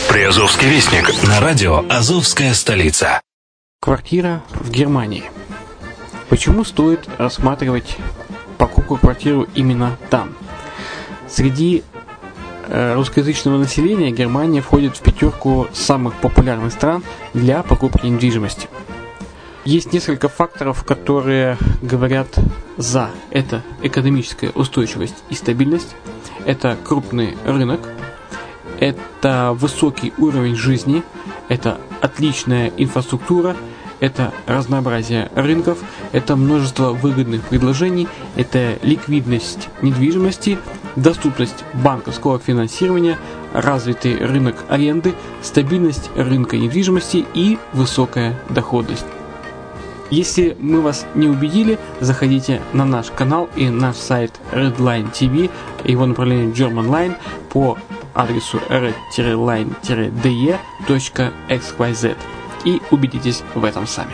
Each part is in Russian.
Приазовский вестник на радио «Азовская столица». Квартира в Германии. Почему стоит рассматривать покупку квартиры именно там? Среди русскоязычного населения Германия входит в пятерку самых популярных стран для покупки недвижимости. Есть несколько факторов, которые говорят за. Это экономическая устойчивость и стабильность, это крупный рынок, это высокий уровень жизни, это отличная инфраструктура, это разнообразие рынков, это множество выгодных предложений, это ликвидность недвижимости, доступность банковского финансирования, развитый рынок аренды, стабильность рынка недвижимости и высокая доходность. Если мы вас не убедили, заходите на наш канал и наш сайт Redline TV, его направление Germanline по адресу red-line-de.xyz и убедитесь в этом сами.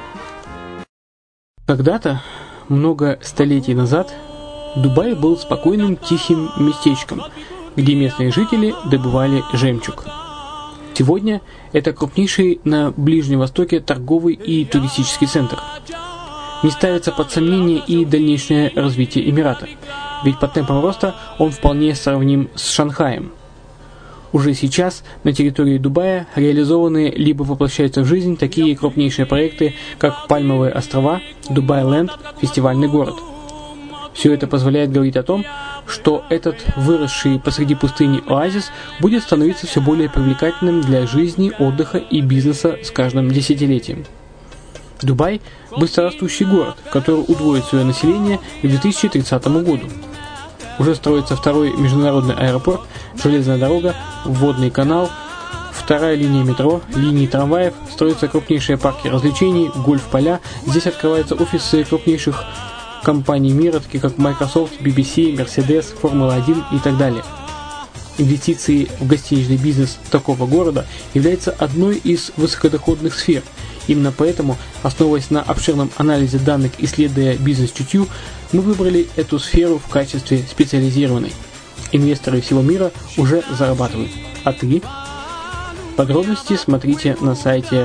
Когда-то, много столетий назад, Дубай был спокойным тихим местечком, где местные жители добывали жемчуг. Сегодня это крупнейший на Ближнем Востоке торговый и туристический центр. Не ставится под сомнение и дальнейшее развитие Эмирата, ведь по темпам роста он вполне сравним с Шанхаем. Уже сейчас на территории Дубая реализованы либо воплощаются в жизнь такие крупнейшие проекты, как Пальмовые острова, Дубай-Ленд, фестивальный город. Все это позволяет говорить о том, что этот выросший посреди пустыни оазис будет становиться все более привлекательным для жизни, отдыха и бизнеса с каждым десятилетием. Дубай – быстрорастущий город, который удвоит свое население к 2030 году. Уже строится второй международный аэропорт, железная дорога, водный канал, вторая линия метро, линии трамваев, строятся крупнейшие парки развлечений, гольф-поля, здесь открываются офисы крупнейших компаний мира, таких как Microsoft, BBC, Mercedes, Формула-1 и так далее. Инвестиции в гостиничный бизнес такого города являются одной из высокодоходных сфер. Именно поэтому, основываясь на обширном анализе данных, исследуя бизнес-чутью, мы выбрали эту сферу в качестве специализированной. Инвесторы всего мира уже зарабатывают. А ты? Подробности смотрите на сайте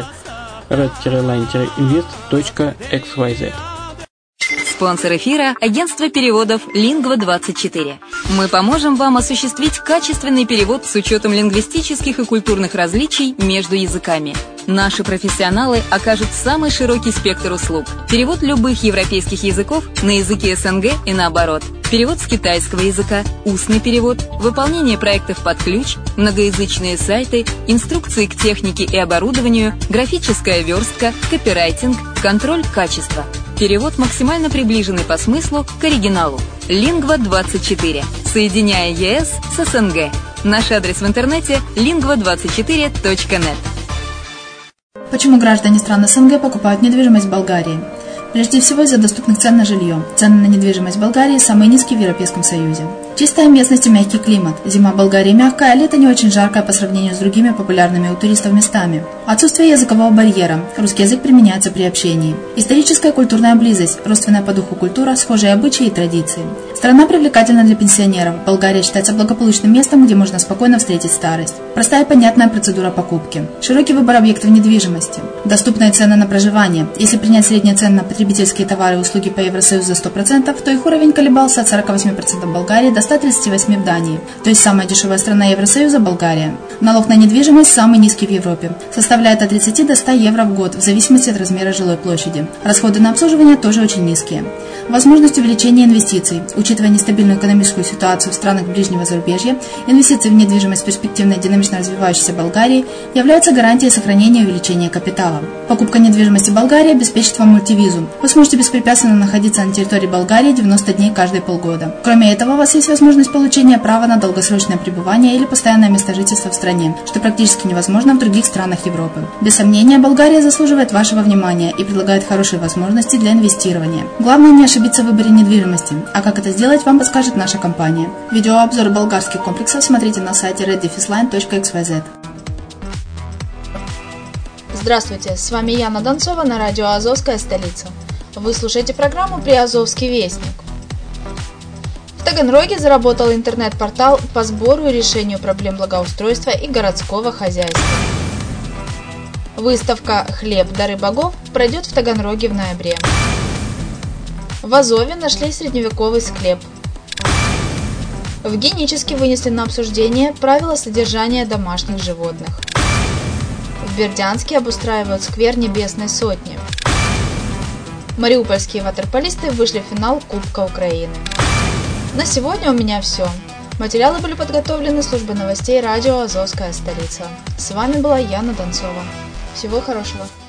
red-line-invest.xyz. Спонсор эфира – агентство переводов Lingva24. Мы поможем вам осуществить качественный перевод с учетом лингвистических и культурных различий между языками. Наши профессионалы окажут самый широкий спектр услуг. Перевод любых европейских языков на языки СНГ и наоборот. Перевод с китайского языка, устный перевод, выполнение проектов под ключ, многоязычные сайты, инструкции к технике и оборудованию, графическая верстка, копирайтинг, контроль качества. Перевод максимально приближенный по смыслу к оригиналу. Lingva24. Соединяя ЕС с СНГ. Наш адрес в интернете lingva24.net. Почему граждане стран СНГ покупают недвижимость в Болгарии? Прежде всего из-за доступных цен на жилье. Цены на недвижимость в Болгарии самые низкие в Европейском Союзе. Чистая местность и мягкий климат. Зима в Болгарии мягкая, а лето не очень жаркое по сравнению с другими популярными у туристов местами. Отсутствие языкового барьера. Русский язык применяется при общении. Историческая и культурная близость. Родственная по духу культура, схожие обычаи и традиции. Страна привлекательна для пенсионеров. Болгария считается благополучным местом, где можно спокойно встретить старость. Простая и понятная процедура покупки. Широкий выбор объектов недвижимости. Доступные цены на проживание. Если принять средние цены на потребительские товары и услуги по Евросоюзу за 100%, то их уровень колебался от 48% в Болгарии до 138% в Дании. То есть самая дешевая страна Евросоюза – Болгария. Налог на недвижимость самый низкий в Европе. Составляет от 30 до 100 евро в год, в зависимости от размера жилой площади. Расходы на обслуживание тоже очень низкие. Возможность увеличения инвестиций. Учитывая нестабильную экономическую ситуацию в странах ближнего зарубежья, инвестиции в недвижимость в перспективной динамично развивающейся Болгарии являются гарантией сохранения и увеличения капитала. Покупка недвижимости в Болгарии обеспечит вам мультивизу. Вы сможете беспрепятственно находиться на территории Болгарии 90 дней каждые полгода. Кроме этого, у вас есть возможность получения права на долгосрочное пребывание или постоянное место жительства в стране, что практически невозможно в других странах Европы. Без сомнения, Болгария заслуживает вашего внимания и предлагает хорошие возможности для инвестирования. Главное не ошибиться в выборе недвижимости, а как это сделать, вам подскажет наша компания. Видеообзор болгарских комплексов смотрите на сайте red-line.xyz. Здравствуйте, с вами Яна Донцова на радио «Азовская столица». Вы слушаете программу «Приазовский вестник». В Таганроге заработал интернет-портал по сбору и решению проблем благоустройства и городского хозяйства. Выставка «Хлеб. Дары богов» пройдет в Таганроге в ноябре. В Азове нашли средневековый склеп. В Геническе вынесли на обсуждение правила содержания домашних животных. В Бердянске обустраивают сквер Небесной Сотни. Мариупольские ватерполисты вышли в финал Кубка Украины. На сегодня у меня все. Материалы были подготовлены службой новостей радио «Азовская столица». С вами была Яна Донцова. Всего хорошего.